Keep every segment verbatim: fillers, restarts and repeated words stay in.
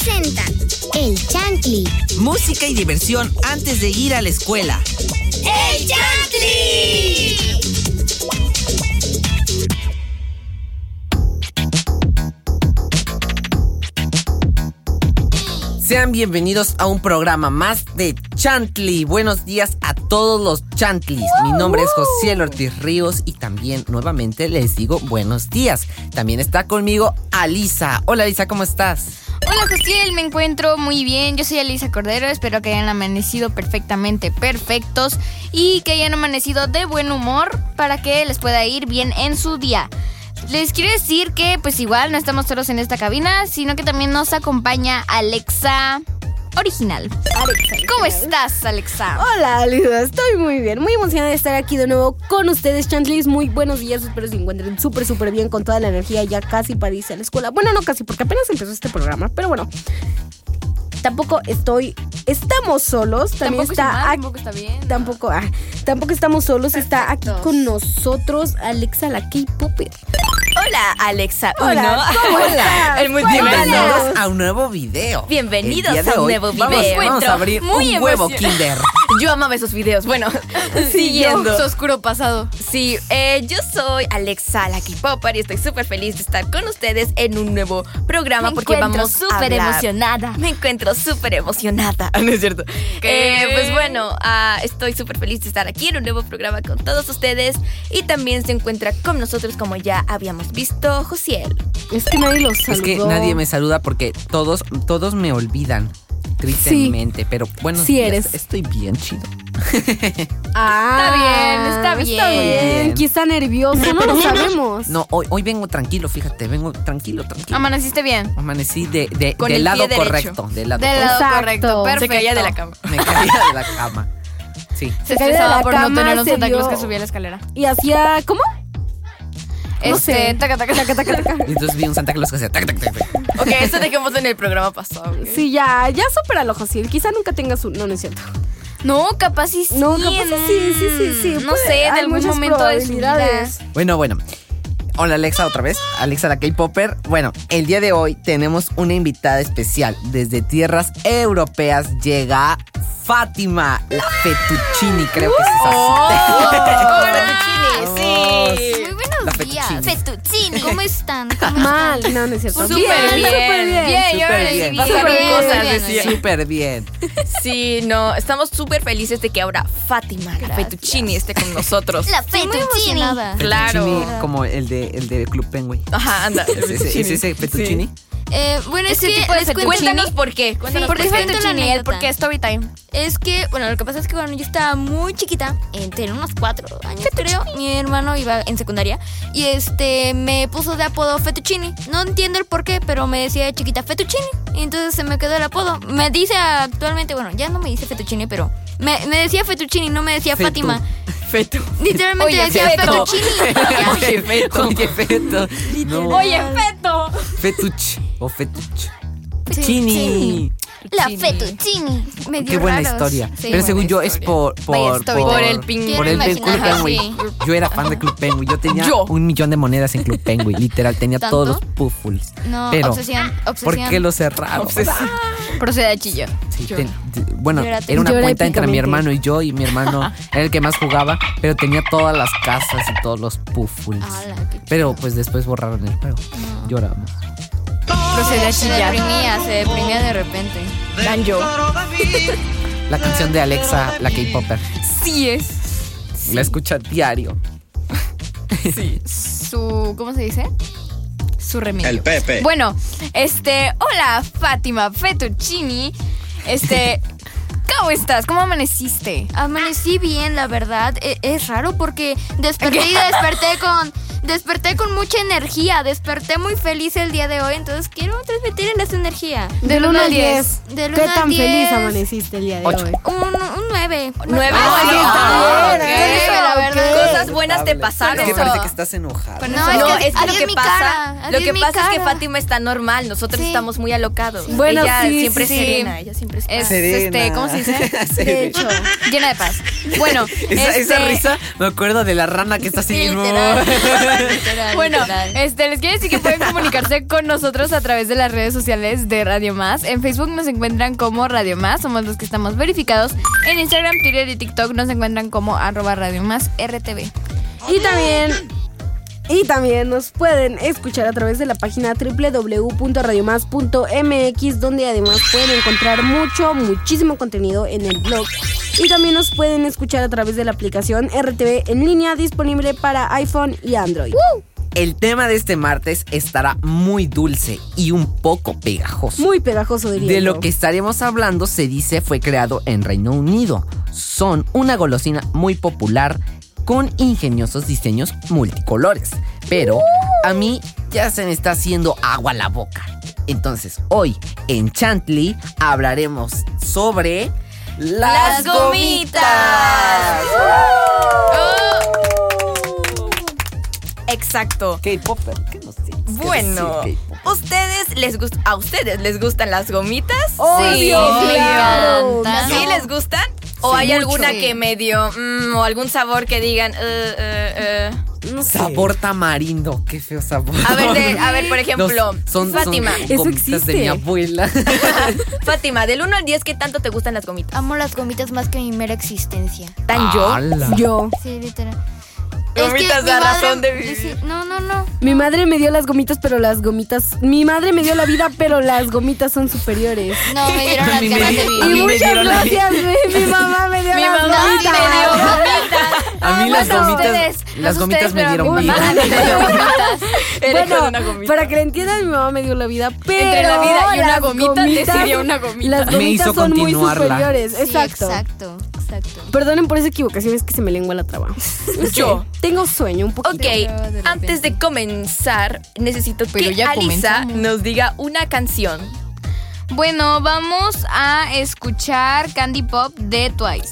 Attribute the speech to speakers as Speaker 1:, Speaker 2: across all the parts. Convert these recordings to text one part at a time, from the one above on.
Speaker 1: presenta El Chantli.
Speaker 2: Música y diversión antes de ir a la escuela.
Speaker 1: ¡El Chantli!
Speaker 2: Sean bienvenidos a un programa más de Chantli. Buenos días a todos los Chantlis. Mi nombre es Josiel Ortiz Ríos y también nuevamente les digo buenos días. También está conmigo Alisa. Hola Alisa, ¿cómo estás?
Speaker 3: Hola Josiel, me encuentro muy bien. Yo soy Alisa Cordero, espero que hayan amanecido perfectamente perfectos y que hayan amanecido de buen humor para que les pueda ir bien en su día. Les quiero decir que pues igual no estamos solos en esta cabina, sino que también nos acompaña Alexa Original.
Speaker 4: Alexa,
Speaker 3: ¿Cómo estás, Alexa?
Speaker 4: Hola, Alisa, estoy muy bien, muy emocionada de estar aquí de nuevo con ustedes, Chantlis. Muy buenos días, espero se encuentren súper, súper bien con toda la energía ya casi para irse a la escuela. Bueno, no casi, porque apenas empezó este programa, pero bueno. Tampoco estoy, estamos solos, también
Speaker 3: Tampoco
Speaker 4: está
Speaker 3: mal,
Speaker 4: aquí,
Speaker 3: tampoco está bien.
Speaker 4: Tampoco, ah, tampoco estamos solos, está aquí
Speaker 3: Perfectos.
Speaker 4: con nosotros Alexa, la K-Popper.
Speaker 5: Hola, Alexa
Speaker 4: Hola,
Speaker 5: uno.
Speaker 4: ¿cómo estás?
Speaker 5: El muy
Speaker 2: Bienvenidos a un nuevo video.
Speaker 5: Bienvenidos
Speaker 2: El día de
Speaker 5: a un
Speaker 2: hoy
Speaker 5: nuevo
Speaker 2: vamos-
Speaker 5: video.
Speaker 2: Vamos, a abrir
Speaker 5: Muy
Speaker 2: un huevo
Speaker 5: emocion-
Speaker 2: Kinder.
Speaker 5: Yo amaba esos videos. Bueno,
Speaker 3: Su
Speaker 5: siguiendo.
Speaker 3: oscuro pasado.
Speaker 5: Sí, eh, yo soy Alexa, la K-Popper, y estoy súper feliz de estar con ustedes en un nuevo programa
Speaker 3: Me
Speaker 5: porque
Speaker 3: encuentro
Speaker 5: vamos a
Speaker 3: súper
Speaker 5: hablar-
Speaker 3: emocionada.
Speaker 5: Me encuentro súper emocionada. No es cierto.
Speaker 3: ¿Qué?
Speaker 5: Eh, pues bueno, ah, estoy súper feliz de estar aquí en un nuevo programa con todos ustedes. Y también se encuentra con nosotros, como ya habíamos visto, Josiel.
Speaker 4: Es que nadie los saludó.
Speaker 2: Es que nadie me saluda porque todos, todos me olvidan. Tristemente, pero bueno,
Speaker 4: Sí eres.
Speaker 2: estoy bien chido.
Speaker 4: Ah,
Speaker 3: bien, está bien.
Speaker 4: Está bien,
Speaker 2: Bien.
Speaker 4: quizá nervioso, no lo sabemos.
Speaker 2: No, hoy, hoy vengo tranquilo, fíjate, vengo tranquilo, tranquilo.
Speaker 3: Amaneciste bien.
Speaker 2: Amanecí de, de,
Speaker 5: Con
Speaker 2: del
Speaker 5: el
Speaker 2: lado
Speaker 5: pie derecho.
Speaker 2: correcto. Del lado
Speaker 3: Del
Speaker 2: correcto.
Speaker 3: lado
Speaker 4: Exacto.
Speaker 3: correcto,
Speaker 4: Se
Speaker 3: perfecto.
Speaker 5: Se caía de la cama.
Speaker 2: Me caía de la cama. Sí.
Speaker 3: Se
Speaker 4: Se caía de
Speaker 3: estresaba
Speaker 4: la
Speaker 3: por
Speaker 4: cama,
Speaker 3: no tener un
Speaker 4: se
Speaker 3: Santa Claus
Speaker 4: dio-
Speaker 3: que subía la escalera.
Speaker 4: Y hacía, ¿cómo? No
Speaker 3: Este,
Speaker 4: sé.
Speaker 3: taca, taca, taca, taca, taca.
Speaker 2: Y entonces vi un Santa Claus que hacía tac, tac, tac, tac.
Speaker 5: Ok, eso dejemos en el programa pasado. ¿ok?
Speaker 4: Sí, ya, ya supéralo, Josiel. Quizá nunca tengas un... No, no es cierto.
Speaker 3: No, capaz sí.
Speaker 4: No, capaz sí, sí, sí, sí.
Speaker 3: No
Speaker 4: Puede-
Speaker 3: sé, en
Speaker 4: hay
Speaker 3: algún
Speaker 4: muchas
Speaker 3: momento de su vida.
Speaker 4: probabilidades.
Speaker 2: Bueno, bueno. Hola Alexa, otra vez. Alexa la K-Popper. Bueno, el día de hoy tenemos una invitada especial. Desde tierras europeas llega Fátima, la Fettuccini, creo que es así.
Speaker 5: Fettuccini, sí.
Speaker 3: Muy buenos
Speaker 2: La
Speaker 3: días.
Speaker 2: fettuccine.
Speaker 3: Fettuccini. ¿Cómo están? ¿Cómo
Speaker 4: Mal, no, no es cierto.
Speaker 3: Súper
Speaker 4: bien,
Speaker 3: bien.
Speaker 4: súper bien.
Speaker 3: Bien, yo
Speaker 2: Súper
Speaker 3: ahora sí
Speaker 2: bien.
Speaker 3: vi.
Speaker 5: Pasaron
Speaker 3: Bien,
Speaker 5: cosas,
Speaker 3: bien,
Speaker 5: decía.
Speaker 3: bien.
Speaker 2: Súper bien.
Speaker 5: Sí, no, estamos súper felices de que ahora Fátima, la
Speaker 3: Gracias.
Speaker 5: Fettuccini, esté con nosotros.
Speaker 3: La
Speaker 4: Estoy muy
Speaker 3: Fettuccini.
Speaker 4: emocionada.
Speaker 5: Claro.
Speaker 2: Fettuccini, como el de, el de Club Penguin.
Speaker 5: Ajá, anda.
Speaker 2: ¿Es ese, ¿es ese Fettuccini?
Speaker 3: Eh, bueno, es
Speaker 5: Ese
Speaker 3: que
Speaker 5: tipo de
Speaker 3: les cuento-
Speaker 5: Cuéntanos por qué. Cuéntanos
Speaker 3: ¿Por qué
Speaker 5: por qué.
Speaker 3: Fettuccini?
Speaker 6: Cuento la
Speaker 3: El
Speaker 6: anécdota.
Speaker 3: por qué story time.
Speaker 6: Es que, bueno, lo que pasa es que cuando yo estaba muy chiquita, entre unos cuatro años creo, mi hermano iba en secundaria y este me puso de apodo Fettuccini. No entiendo el por qué, pero me decía de chiquita Fettuccini y entonces se me quedó el apodo. Me dice actualmente, bueno, ya no me dice Fettuccini, pero me, me decía Fettuccini, no me decía
Speaker 2: Fetu.
Speaker 6: Fátima.
Speaker 5: Fetu.
Speaker 6: Literalmente
Speaker 5: Oye,
Speaker 6: decía
Speaker 5: Feto.
Speaker 6: Fettuccini.
Speaker 2: Oye, Feto. Oye, Feto. No.
Speaker 5: Oye, Feto.
Speaker 2: Fetuch o Fetuch.
Speaker 6: Sí,
Speaker 2: Chini.
Speaker 6: La Fettuccini. Medio
Speaker 2: Qué buena
Speaker 6: raros.
Speaker 2: historia.
Speaker 6: Sí,
Speaker 2: Pero según
Speaker 6: buena
Speaker 2: yo es
Speaker 6: historia.
Speaker 2: por
Speaker 3: Vaya
Speaker 2: por,
Speaker 3: story
Speaker 2: por,
Speaker 5: Por el pingüino.
Speaker 2: por el
Speaker 6: Quiero
Speaker 2: Club
Speaker 6: imaginar,
Speaker 2: Penguin. Yo era fan de Club Penguin. Yo tenía
Speaker 5: Yo.
Speaker 2: un millón de monedas en Club Penguin. Literal, tenía
Speaker 6: ¿Tanto?
Speaker 2: todos los puffles.
Speaker 6: No,
Speaker 2: Pero,
Speaker 6: obsesión,
Speaker 2: ¿por
Speaker 6: obsesión.
Speaker 2: qué lo cerraron?
Speaker 3: Procede a chillo.
Speaker 2: Sí, ten- t- bueno,
Speaker 6: Llora
Speaker 2: era una
Speaker 4: Llora
Speaker 2: cuenta entre mi
Speaker 4: épicamente.
Speaker 2: hermano y yo. Y mi hermano era el que más jugaba. Pero tenía todas las casas y todos los puffles.
Speaker 6: Ala, qué chido.
Speaker 2: Pero pues después borraron el juego. Lloramos.
Speaker 3: Procede a
Speaker 6: Se
Speaker 3: chillar.
Speaker 6: deprimía, se deprimía de repente.
Speaker 5: Danjo.
Speaker 2: La canción de Alexa, la K-Popper.
Speaker 3: Sí es.
Speaker 2: La escucha diario.
Speaker 3: Su, ¿cómo se dice? Su remedio.
Speaker 7: El Pepe.
Speaker 3: Bueno, este, hola Fátima Fettuccini. Este, ¿cómo estás? ¿Cómo amaneciste?
Speaker 6: Amanecí bien, la verdad. E- Es raro porque desperté y desperté con desperté con mucha energía. Desperté muy feliz el día de hoy, entonces quiero transmitir en esa energía.
Speaker 4: Del uno al diez.
Speaker 6: Del
Speaker 4: ¿Qué
Speaker 6: uno al
Speaker 4: tan
Speaker 6: diez.
Speaker 4: feliz amaneciste el día de
Speaker 2: Ocho.
Speaker 4: hoy?
Speaker 6: Un, un nueve.
Speaker 5: Nueve.
Speaker 2: Ah,
Speaker 5: Bueno,
Speaker 2: está
Speaker 4: bien,
Speaker 5: ok.
Speaker 4: eso,
Speaker 5: la verdad.
Speaker 4: ok.
Speaker 5: Cosas buenas te pasaron.
Speaker 2: Es que
Speaker 6: eso.
Speaker 2: parece que estás enojada.
Speaker 6: Con
Speaker 5: No,
Speaker 6: eso.
Speaker 5: es que
Speaker 6: Adiós
Speaker 5: lo que
Speaker 6: mi
Speaker 5: pasa,
Speaker 6: cara,
Speaker 5: lo
Speaker 6: adiós
Speaker 5: que
Speaker 6: mi
Speaker 5: pasa es que
Speaker 6: cara.
Speaker 5: Fátima está normal, nosotros
Speaker 6: Sí.
Speaker 5: estamos muy alocados.
Speaker 4: Bueno,
Speaker 5: ella
Speaker 4: sí,
Speaker 5: siempre
Speaker 4: sí,
Speaker 5: es
Speaker 3: sí.
Speaker 5: serena, ella siempre es
Speaker 3: Es
Speaker 5: paz.
Speaker 3: este, ¿cómo se dice?
Speaker 4: De hecho.
Speaker 3: Llena de paz. Bueno,
Speaker 2: Esa,
Speaker 3: este,
Speaker 2: esa risa, me acuerdo de la rana que está así.
Speaker 6: Sí, literal.
Speaker 3: Bueno, este, les quiero decir que pueden comunicarse con nosotros a través de las redes sociales de Radio Más. En Facebook nos encuentran como Radio Más, somos los que estamos verificados. En Instagram, Twitter y TikTok nos encuentran como arroba Radio Más R T V.
Speaker 4: Y también, y también nos pueden escuchar a través de la página doble u doble u doble u punto radio más punto m x, donde además pueden encontrar mucho, muchísimo contenido en el blog. Y también nos pueden escuchar a través de la aplicación R T V en línea, disponible para iPhone y Android. ¡Uh!
Speaker 2: El tema de este martes estará muy dulce y un poco pegajoso.
Speaker 4: Muy pegajoso, diría
Speaker 2: De
Speaker 4: yo.
Speaker 2: lo que estaremos hablando se dice fue creado en Reino Unido. Son una golosina muy popular con ingeniosos diseños multicolores. Pero a mí ya se me está haciendo agua la boca. Entonces hoy en Chantley hablaremos sobre las,
Speaker 5: Las gomitas. Exacto.
Speaker 2: K-popper, ¿qué no sé?
Speaker 5: Bueno, ¿ustedes les gust- ¿a ustedes les gustan las gomitas?
Speaker 4: Obvio,
Speaker 3: me
Speaker 4: claro.
Speaker 3: encantan.
Speaker 5: ¿Sí les gustan? ¿O
Speaker 3: Sí,
Speaker 5: hay
Speaker 3: mucho.
Speaker 5: alguna
Speaker 3: Sí.
Speaker 5: que medio, mm, o algún sabor que digan, uh, uh, uh?
Speaker 4: No sé.
Speaker 2: Sabor tamarindo, qué feo sabor.
Speaker 5: A ver, de- a ver, por ejemplo,
Speaker 2: Los- son,
Speaker 5: Fátima.
Speaker 2: son
Speaker 4: Eso
Speaker 2: gomitas
Speaker 4: existe.
Speaker 2: de mi abuela.
Speaker 5: Fátima, del uno al diez, ¿qué tanto te gustan las gomitas?
Speaker 6: Amo las gomitas más que mi mera existencia.
Speaker 5: ¿Tan yo?
Speaker 2: ¡Hala!
Speaker 4: Yo.
Speaker 6: Sí, literal.
Speaker 5: Gomitas
Speaker 6: mi
Speaker 5: da
Speaker 6: madre-
Speaker 5: razón de vivir.
Speaker 6: sí, No, no, no.
Speaker 4: Mi madre me dio las gomitas, pero las gomitas... Mi madre me dio la vida, pero las gomitas son superiores.
Speaker 6: No, me dieron las
Speaker 2: mí me
Speaker 6: ganas de
Speaker 2: di-
Speaker 6: vivir.
Speaker 2: A
Speaker 4: Y
Speaker 2: mí me
Speaker 4: muchas
Speaker 2: dieron la-
Speaker 4: gracias, mi, mi mamá me dio
Speaker 5: Mi
Speaker 4: las
Speaker 5: mamá
Speaker 4: gomitas.
Speaker 5: me dio gomitas.
Speaker 2: A mí las
Speaker 3: Bueno,
Speaker 2: gomitas,
Speaker 3: ustedes,
Speaker 2: las
Speaker 3: no
Speaker 2: gomitas
Speaker 3: ustedes,
Speaker 2: me
Speaker 3: pero
Speaker 2: dieron
Speaker 3: mi
Speaker 2: vida.
Speaker 3: mamá me dio gomitas.
Speaker 5: Eres
Speaker 4: Bueno,
Speaker 5: una gomita.
Speaker 4: para que le entiendan, mi mamá me dio la vida, pero
Speaker 3: Entre la vida y una
Speaker 4: las
Speaker 3: gomita, decidió una gomita.
Speaker 4: Las
Speaker 2: Me
Speaker 4: gomitas
Speaker 2: hizo
Speaker 4: son muy
Speaker 2: continuarla.
Speaker 4: superiores,
Speaker 6: Sí,
Speaker 4: exacto.
Speaker 6: exacto, exacto.
Speaker 4: Perdonen por esa equivocación, es que se me lengua la traba. No sé,
Speaker 5: Yo.
Speaker 4: tengo sueño un poquito.
Speaker 5: Ok,
Speaker 3: de repente.
Speaker 5: antes de comenzar, necesito
Speaker 3: Pero
Speaker 5: que
Speaker 3: ya
Speaker 5: Alisa
Speaker 3: comenzamos.
Speaker 5: nos diga una canción.
Speaker 3: Bueno, vamos a escuchar Candy Pop de Twice.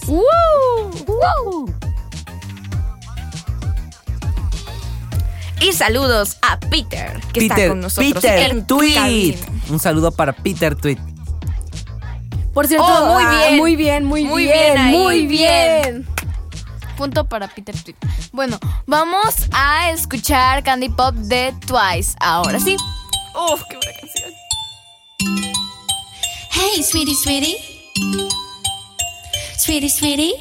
Speaker 5: Y saludos a Peter, que está
Speaker 2: Peter,
Speaker 5: con nosotros.
Speaker 2: Peter
Speaker 5: en
Speaker 2: Tweet.
Speaker 5: cabina.
Speaker 2: Un saludo para Peter Tweet.
Speaker 4: Por cierto,
Speaker 5: Oh, muy
Speaker 4: ah,
Speaker 5: bien.
Speaker 4: muy bien, muy,
Speaker 5: Muy
Speaker 4: bien,
Speaker 5: bien ahí,
Speaker 4: muy
Speaker 5: bien.
Speaker 4: bien.
Speaker 3: Punto para Peter Tweet. Bueno, vamos a escuchar Candy Pop de Twice. Ahora sí.
Speaker 5: Uf, qué buena canción.
Speaker 1: Hey, sweetie, sweetie. Sweetie, sweetie.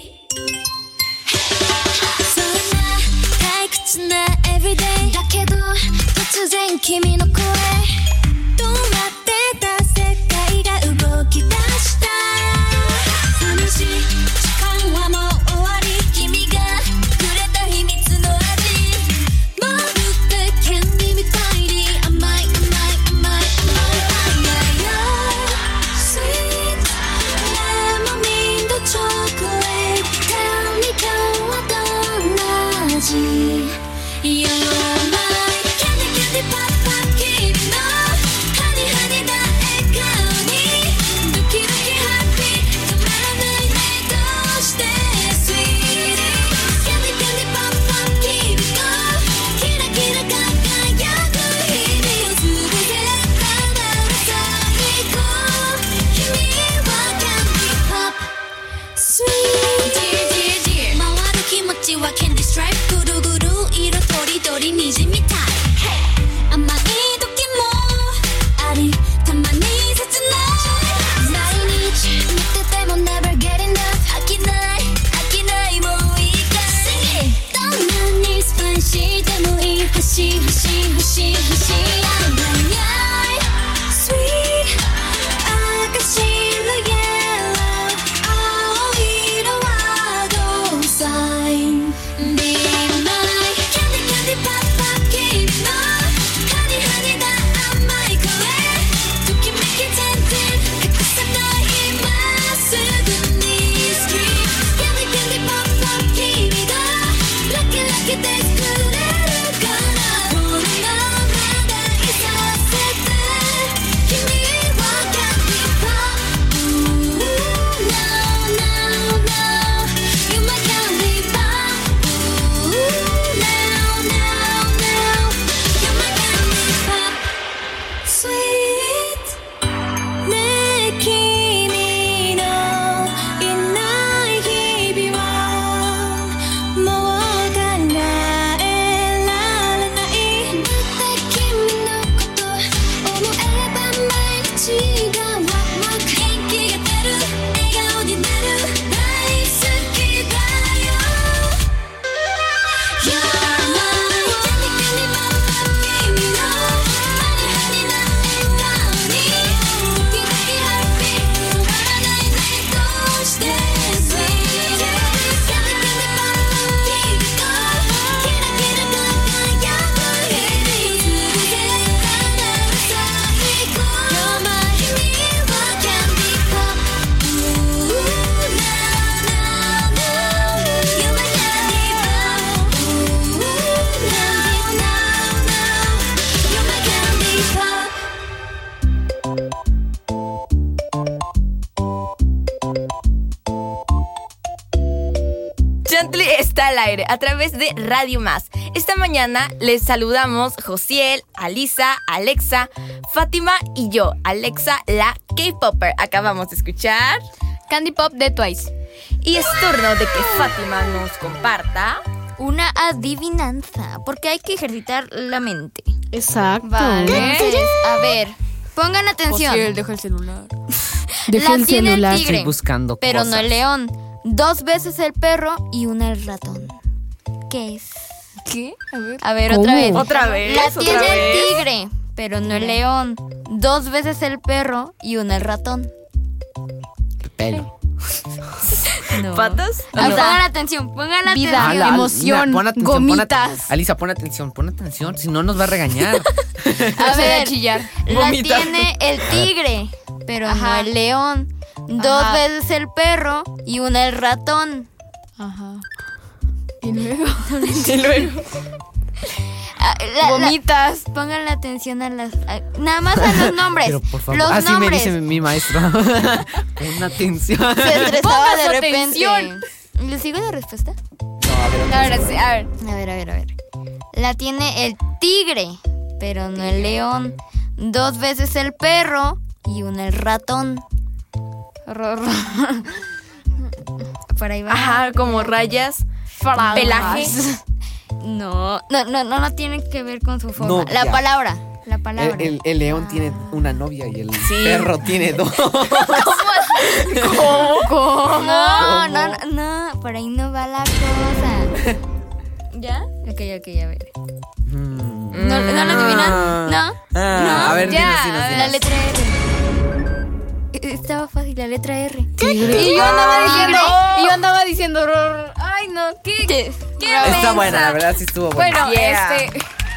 Speaker 1: そんな退屈な everyday だけど突然君の声止まってた世界が動き出した寂しい時間はもう終わり君がくれた秘密の味まるでキャンディーみたいに甘い甘い甘い甘いSweet lemon and chocolate Tell me 今日はどんな味 You're my candy candy pop pop 君の
Speaker 5: está al aire a través de Radio Más. Esta mañana les saludamos Josiel, Alisa, Alexa, Fátima y yo, Alexa, la K-Popper. Acabamos de escuchar
Speaker 3: Candy Pop de Twice.
Speaker 5: y es turno de que Fátima nos comparta
Speaker 6: una adivinanza, porque hay que ejercitar la mente.
Speaker 4: Exacto.
Speaker 6: Entonces, a ver, pongan atención.
Speaker 3: deja el celular.
Speaker 4: Deja
Speaker 6: La
Speaker 4: el
Speaker 6: tiene el
Speaker 4: celular.
Speaker 6: tigre,
Speaker 2: Estoy buscando
Speaker 6: pero
Speaker 2: cosas.
Speaker 6: no el león. Dos veces el perro y una el ratón. ¿Qué es?
Speaker 3: ¿Qué? A ver.
Speaker 6: A ver,
Speaker 4: ¿Cómo?
Speaker 6: otra vez.
Speaker 5: Otra vez,
Speaker 6: La
Speaker 5: otra
Speaker 6: tiene
Speaker 5: vez.
Speaker 6: el tigre, pero no el león. Dos veces el perro y una el ratón.
Speaker 2: El pelo.
Speaker 6: No.
Speaker 5: patas.
Speaker 6: Ah, Pongan atención, pongan
Speaker 3: Vida.
Speaker 6: atención.
Speaker 2: Ala,
Speaker 3: emoción,
Speaker 2: mira, pon atención, pon
Speaker 3: gomitas.
Speaker 2: at- Alisa, pon atención, pon atención, si no nos va a regañar.
Speaker 6: A ver,
Speaker 3: chillar.
Speaker 6: la
Speaker 5: Vomita.
Speaker 6: tiene el tigre, pero no
Speaker 3: Ajá.
Speaker 6: el león. Dos
Speaker 3: Ajá.
Speaker 6: veces el perro y una el ratón.
Speaker 3: Ajá. Y luego.
Speaker 5: Y luego.
Speaker 6: Ah, la- la-
Speaker 3: Gomitas.
Speaker 6: Pongan la atención a las... a- nada más a los nombres.
Speaker 2: Pero por favor,
Speaker 6: Los
Speaker 2: así me
Speaker 6: nombres.
Speaker 2: dice mi maestro. Pon atención.
Speaker 6: Se estresaba
Speaker 3: Ponga
Speaker 6: de
Speaker 3: su
Speaker 6: repente.
Speaker 3: atención.
Speaker 6: ¿Les sigo la respuesta?
Speaker 3: Ahora sí, a ver.
Speaker 6: A ver, a ver, a ver. La tiene el tigre, pero no el león. Dos veces el perro y una el ratón. Ro- ro- Por ahí va.
Speaker 5: Ajá, como rayas. Pelaje.
Speaker 6: No, no, no, no, no tiene que ver con su forma.
Speaker 2: No,
Speaker 6: la
Speaker 2: ya.
Speaker 6: palabra, la palabra.
Speaker 2: El, el- el león tiene una novia y el perro tiene dos.
Speaker 6: No, no, no, no, por ahí no va la cosa. ¿Ya? Ok, ok, a ver.
Speaker 2: Mm.
Speaker 6: ¿No, ¿no lo adivinan? ¿No?
Speaker 2: Ah, a ver,
Speaker 3: ya,
Speaker 2: dinos, dinos,
Speaker 3: a ver,
Speaker 2: dinos.
Speaker 6: La letra R. Estaba fácil, la letra R.
Speaker 3: Y yo andaba diciendo.
Speaker 6: Tigre.
Speaker 3: Y yo andaba diciendo. rrr, Ay, no, ¿qué?
Speaker 6: ¿Qué?
Speaker 3: ¿Qué
Speaker 2: Está
Speaker 3: mensa.
Speaker 2: buena, la verdad sí estuvo buena.
Speaker 3: Bueno,
Speaker 5: Yeah.
Speaker 3: este.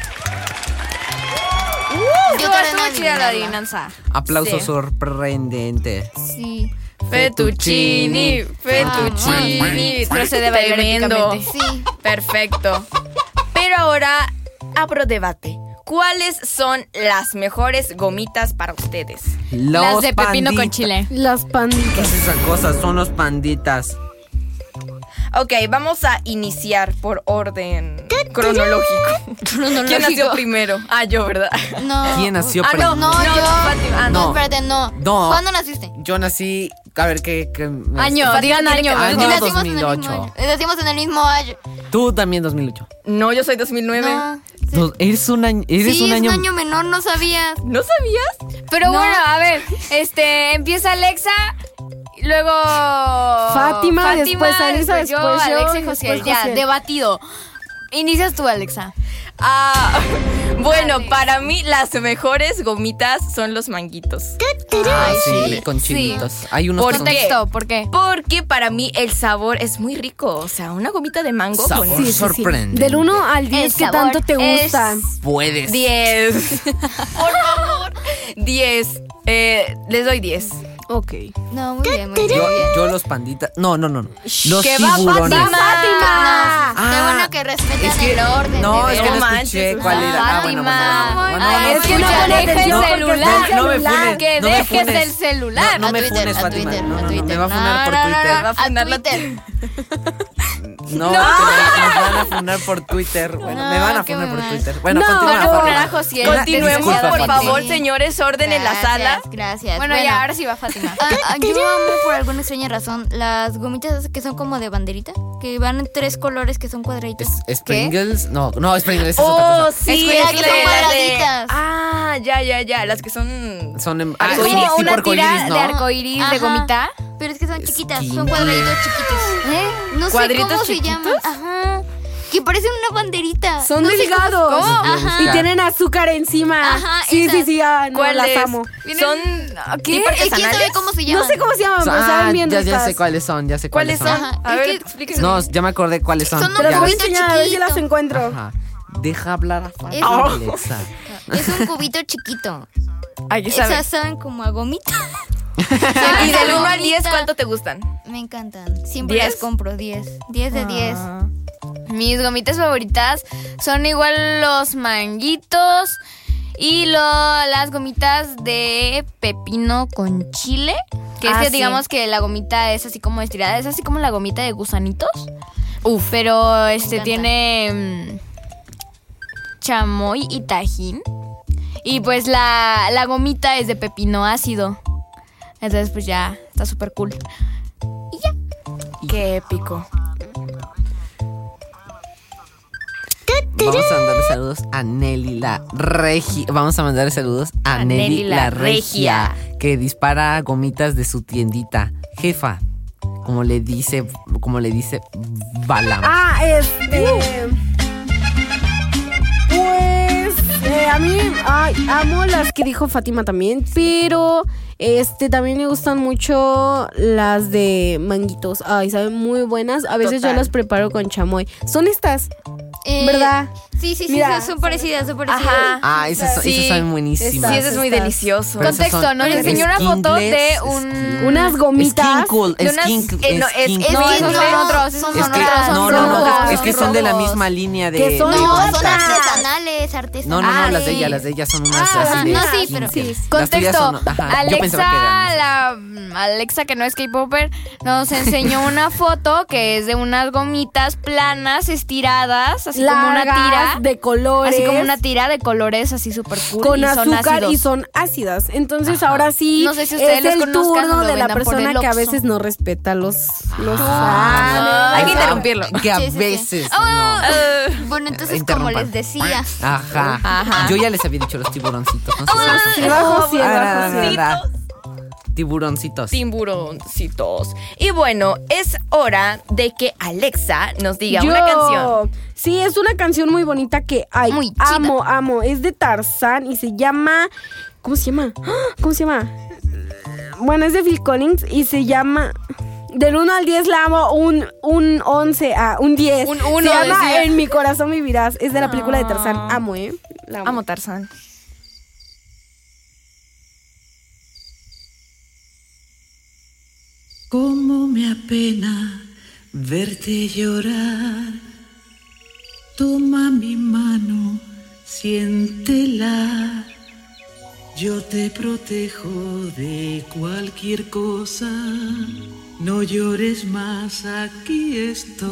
Speaker 6: Yo
Speaker 3: Estuvo
Speaker 6: todavía no
Speaker 3: estuvo chida la
Speaker 6: adivinarla.
Speaker 3: adivinanza.
Speaker 2: Aplauso
Speaker 5: Sí.
Speaker 2: sorprendente.
Speaker 6: Sí.
Speaker 5: Fettuccini, fettuccini.
Speaker 3: Procede a bailar
Speaker 5: Tremendo.
Speaker 3: épicamente.
Speaker 6: Sí.
Speaker 5: Perfecto. Pero ahora abro debate. ¿Cuáles son las mejores gomitas para ustedes?
Speaker 2: Los
Speaker 3: Las de pepino con
Speaker 2: panditas.
Speaker 3: chile.
Speaker 4: Las
Speaker 2: ¿Qué
Speaker 4: panditas.
Speaker 2: es esa cosa? Son los panditas.
Speaker 5: Ok, vamos a iniciar por orden cronológico. ¿Quién nació primero? Ah, yo, ¿verdad?
Speaker 6: No.
Speaker 2: ¿Quién nació
Speaker 5: Ah, no,
Speaker 2: primero?
Speaker 6: No, yo.
Speaker 5: Fátima. Ah,
Speaker 6: No,
Speaker 2: No.
Speaker 6: espérate, no.
Speaker 2: No.
Speaker 6: ¿Cuándo naciste?
Speaker 2: Yo nací. A ver, ¿qué? qué
Speaker 3: Año, digan año.
Speaker 2: Año
Speaker 3: mejor.
Speaker 6: Nacimos en el
Speaker 2: dos mil
Speaker 6: mismo
Speaker 2: ocho.
Speaker 6: año. Nacimos en el mismo año.
Speaker 2: Tú también dos mil ocho.
Speaker 5: No, yo soy dos mil nueve.
Speaker 6: No. Sí,
Speaker 2: Dos- eres un año. Eres
Speaker 6: sí,
Speaker 2: un
Speaker 6: es
Speaker 2: año.
Speaker 6: un año menor, no sabías.
Speaker 5: ¿No sabías?
Speaker 3: Pero
Speaker 6: No.
Speaker 3: bueno, a ver, este, empieza Alexa, luego
Speaker 4: Fátima, después Alisa,
Speaker 3: yo,
Speaker 4: después yo,
Speaker 3: Alexa y
Speaker 4: y
Speaker 3: Josiel.
Speaker 4: después
Speaker 3: Ya,
Speaker 4: Josiel.
Speaker 3: debatido. Inicias tú, Alexa.
Speaker 5: Ah, bueno, para mí las mejores gomitas son los manguitos.
Speaker 2: Ah, sí,
Speaker 3: sí.
Speaker 2: con
Speaker 3: Sí.
Speaker 2: chilitos. Hay unos
Speaker 5: ¿Por
Speaker 2: que son
Speaker 5: qué?
Speaker 3: Contexto, ¿por qué?
Speaker 5: Porque para mí el sabor es muy rico. O sea, una gomita de mango
Speaker 2: Sabor.
Speaker 5: con
Speaker 4: Sí, sí, sí.
Speaker 2: Sorprendente.
Speaker 4: Del uno al diez, ¿qué
Speaker 3: sabor
Speaker 4: tanto te
Speaker 3: es-
Speaker 4: gustan?
Speaker 2: Puedes.
Speaker 5: diez. Por favor. diez. Eh, les doy diez.
Speaker 4: Ok.
Speaker 6: No, muy bien, muy bien.
Speaker 2: Yo,
Speaker 6: muy bien.
Speaker 2: yo los panditas. No, no, no. no. Los
Speaker 3: ¿Qué va,
Speaker 2: tiburones.
Speaker 3: Fátima?
Speaker 6: No, qué
Speaker 2: Ah,
Speaker 6: bueno que respetan
Speaker 2: es que-
Speaker 6: el orden.
Speaker 2: No,
Speaker 6: de
Speaker 2: es que no
Speaker 6: veras.
Speaker 2: escuché
Speaker 5: manches,
Speaker 2: cuál era. Ah, bueno, bueno, bueno,
Speaker 3: Fátima.
Speaker 2: bueno,
Speaker 3: Ay,
Speaker 2: no,
Speaker 3: es que
Speaker 2: no,
Speaker 3: no
Speaker 2: no,
Speaker 3: deja el
Speaker 2: no,
Speaker 3: celular.
Speaker 2: No, no me funes.
Speaker 3: Que
Speaker 2: no me
Speaker 3: dejes
Speaker 2: funes.
Speaker 3: el celular.
Speaker 2: No, no
Speaker 6: A
Speaker 2: me
Speaker 6: Twitter,
Speaker 2: funes,
Speaker 6: a
Speaker 2: Fátima.
Speaker 6: Twitter,
Speaker 2: No,
Speaker 6: a
Speaker 2: no, no,
Speaker 6: Twitter.
Speaker 2: me va a funar por
Speaker 6: No, no,
Speaker 2: Twitter.
Speaker 6: no, no,
Speaker 5: Va a funar la-
Speaker 6: Twitter.
Speaker 2: No, que me- nos van a funar por Twitter. Bueno, me van a
Speaker 6: No, qué
Speaker 2: funar por
Speaker 6: mal.
Speaker 2: Twitter. Bueno,
Speaker 4: No,
Speaker 2: continúa,
Speaker 3: van a
Speaker 2: Fátima.
Speaker 3: funar a Josiel.
Speaker 2: Una
Speaker 5: Continuemos,
Speaker 2: disculpa,
Speaker 5: por
Speaker 2: Fátima.
Speaker 5: favor, señores. Orden en la sala.
Speaker 6: Gracias, Gracias.
Speaker 3: Bueno,
Speaker 6: Bueno,
Speaker 3: ya, ahora sí va Fátima.
Speaker 6: ah, ah, yo amo por alguna extraña razón las gomitas que son como de banderita, que van en tres colores que son cuadraditos.
Speaker 2: ¿Es- ¿Sprinkles? No, no, Sprinkles es otra
Speaker 5: Oh,
Speaker 2: cosa.
Speaker 5: sí,
Speaker 6: Es
Speaker 5: es
Speaker 6: que
Speaker 5: la
Speaker 6: son
Speaker 5: de- la de-
Speaker 6: cuadraditas.
Speaker 5: Ah, ya, ya, ya. Las que son.
Speaker 2: Son en.
Speaker 5: Es
Speaker 2: Ah,
Speaker 3: Es
Speaker 2: sí,
Speaker 3: como
Speaker 2: tipo
Speaker 3: una
Speaker 2: arcoíris,
Speaker 3: tira
Speaker 2: ¿no?
Speaker 3: de arcoiris de
Speaker 6: Ajá.
Speaker 3: gomita.
Speaker 6: Pero es que son chiquitas, son
Speaker 2: Skinny.
Speaker 6: cuadraditos chiquitos. ¿Eh? No sé
Speaker 5: ¿Cuadritos
Speaker 6: cómo se
Speaker 5: chiquitos?
Speaker 6: llaman. Ajá. Que parecen una banderita.
Speaker 4: Son
Speaker 6: No sé
Speaker 4: delgados.
Speaker 6: cómo-
Speaker 2: Los voy a
Speaker 6: Ajá.
Speaker 2: buscar.
Speaker 4: Y tienen azúcar encima.
Speaker 6: Ajá,
Speaker 4: Sí,
Speaker 6: esas.
Speaker 4: sí, sí, ah, no,
Speaker 5: ¿Cuáles?
Speaker 4: las amo.
Speaker 5: Son.
Speaker 3: ¿Qué?
Speaker 5: tipo
Speaker 6: Eh, ¿Quién sabe
Speaker 5: artesanales?
Speaker 6: cómo se llaman?
Speaker 4: No sé cómo se llaman, pero
Speaker 2: Ah,
Speaker 4: saben bien
Speaker 2: ya, ya
Speaker 4: ricas.
Speaker 2: sé cuáles son, ya sé
Speaker 5: ¿Cuáles
Speaker 2: cuáles
Speaker 5: son?
Speaker 2: son.
Speaker 6: Ajá,
Speaker 5: A
Speaker 6: es
Speaker 5: ver,
Speaker 6: que
Speaker 5: explíquenme.
Speaker 2: No, ya me acordé cuáles son.
Speaker 6: Son
Speaker 4: Te las
Speaker 2: Ya
Speaker 4: voy a
Speaker 2: ves.
Speaker 6: Cubito
Speaker 4: enseñar a ver si
Speaker 6: chiquito.
Speaker 4: las encuentro.
Speaker 2: Ajá. Deja hablar a
Speaker 6: Es
Speaker 2: Fátima,
Speaker 6: un-
Speaker 2: Alexa.
Speaker 6: Es un cubito chiquito.
Speaker 5: Ay, ya sabes.
Speaker 6: Esas saben como a gomita.
Speaker 5: Y del uno al diez,
Speaker 6: Gomita.
Speaker 5: ¿cuánto te gustan?
Speaker 6: Me encantan. Siempre
Speaker 5: ¿Diez?
Speaker 6: las compro. diez. diez de diez.
Speaker 5: Ah.
Speaker 3: Mis gomitas favoritas son igual los manguitos y lo, las gomitas de pepino con chile. Que es
Speaker 5: Ah,
Speaker 3: que
Speaker 5: sí.
Speaker 3: digamos que la gomita es así como estirada, es así como la gomita de gusanitos. Uf. Pero este
Speaker 6: encanta.
Speaker 3: tiene mm, chamoy y tajín. Y pues la, la gomita es de pepino ácido. Entonces pues ya está súper cool.
Speaker 5: Qué épico.
Speaker 2: Vamos a mandarle saludos a Nelly la Regia. Vamos a mandarle saludos a,
Speaker 5: A
Speaker 2: Nelly,
Speaker 5: Nelly la
Speaker 2: la Regia,
Speaker 5: Regia.
Speaker 2: que dispara gomitas de su tiendita. Jefa, como le dice, como le dice Balam.
Speaker 4: Ah, este. Pues eh, a mí ay, amo las que dijo Fátima también, pero este también me gustan mucho las de manguitos. Ay, saben muy buenas. A veces
Speaker 5: Total.
Speaker 4: yo las preparo con chamoy. Son estas,
Speaker 6: Eh,
Speaker 4: ¿verdad?
Speaker 6: Sí, sí, sí,
Speaker 4: Mira.
Speaker 6: son parecidas, son parecidas.
Speaker 5: Ajá.
Speaker 2: Ah, esas, son-
Speaker 5: Sí.
Speaker 2: esas saben buenísimas.
Speaker 5: Sí,
Speaker 4: Estas,
Speaker 5: ese es muy
Speaker 4: estas.
Speaker 5: delicioso.
Speaker 2: Pero esas
Speaker 3: Contexto,
Speaker 2: son-
Speaker 3: nos
Speaker 2: es
Speaker 3: enseñó una foto de
Speaker 2: Skinkles,
Speaker 3: un...
Speaker 4: Unas gomitas.
Speaker 2: Skinkle,
Speaker 3: de unas-
Speaker 2: skink-
Speaker 5: eh, no, es-
Speaker 2: skink-
Speaker 5: es-
Speaker 3: No,
Speaker 5: Skinkle.
Speaker 3: esos son otros, esos
Speaker 2: Es
Speaker 3: son
Speaker 2: que,
Speaker 3: otros, son
Speaker 2: no, no, no,
Speaker 3: rojos,
Speaker 2: es que son de la
Speaker 3: rojos.
Speaker 2: misma línea de...
Speaker 4: Que son
Speaker 2: de-
Speaker 6: No,
Speaker 4: otras.
Speaker 6: son artesanales, artesanales.
Speaker 2: No, no, no,
Speaker 3: Ah,
Speaker 2: las de
Speaker 3: sí.
Speaker 2: ella, las de ella son unas
Speaker 6: Ah,
Speaker 2: así de
Speaker 6: no, sí,
Speaker 2: Skinkle.
Speaker 6: pero-
Speaker 4: sí.
Speaker 2: Las tuyas
Speaker 3: Contexto,
Speaker 2: son- ajá, yo pensaba que eran
Speaker 3: Alexa, la Alexa que no es K-popper, nos enseñó una foto que es de unas gomitas planas, estiradas, así como una
Speaker 4: Largas,
Speaker 3: tira,
Speaker 4: de colores.
Speaker 3: así como una tira de colores así súper cool
Speaker 4: con
Speaker 3: y son
Speaker 4: azúcar
Speaker 3: ácidos.
Speaker 4: y son ácidas. Entonces ahora sí
Speaker 3: No sé si ustedes
Speaker 4: es
Speaker 3: los
Speaker 4: el
Speaker 3: conozcan o
Speaker 4: turno
Speaker 3: lo
Speaker 4: de la
Speaker 3: vendan por
Speaker 4: persona
Speaker 3: el
Speaker 4: que a
Speaker 3: Oxxo.
Speaker 4: veces no respeta los los
Speaker 5: Ah, hay que
Speaker 2: Ajá,
Speaker 5: interrumpirlo.
Speaker 2: Que a
Speaker 6: Sí, sí, sí.
Speaker 2: veces
Speaker 3: Ah,
Speaker 2: no.
Speaker 6: Bueno, entonces, como
Speaker 2: Interrumpan.
Speaker 6: les decía,
Speaker 2: Ajá.
Speaker 5: Ajá.
Speaker 2: Yo ya les había dicho los tiburoncitos. No sé si los
Speaker 4: Sí,
Speaker 2: han-
Speaker 4: bajo, sí,
Speaker 2: Ah,
Speaker 4: bajo, sí.
Speaker 2: da, da, da. Tiburoncitos.
Speaker 5: Tiburoncitos. Y bueno, es hora de que Alexa nos diga
Speaker 4: Yo-
Speaker 5: una canción.
Speaker 4: Sí, es una canción muy bonita que ay,
Speaker 3: Muy chida.
Speaker 4: amo, amo. Es de Tarzán y se llama ¿cómo se llama? ¡Ah! ¿Cómo se llama? Bueno, es de Phil Collins y se llama del uno al diez la amo, un, un once, ah, un diez.
Speaker 3: Un uno,
Speaker 4: se llama
Speaker 3: decía.
Speaker 4: En mi corazón vivirás. Es de la película de Tarzán. Amo, ¿eh? La amo.
Speaker 5: Amo Tarzán.
Speaker 7: Cómo me apena verte llorar. Toma mi mano, siéntela. Yo te protejo de cualquier cosa. No llores más, aquí estoy.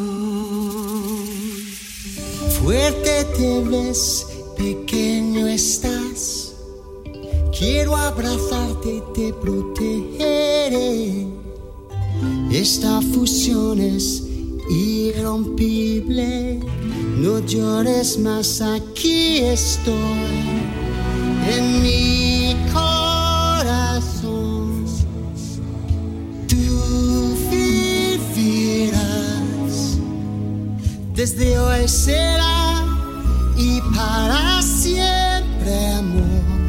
Speaker 8: Fuerte te ves, pequeño estás. Quiero abrazarte y te protegeré. Esta fusión es irrompible. No llores más, aquí estoy. En mi corazón tú vivirás. Desde hoy será y para siempre, amor.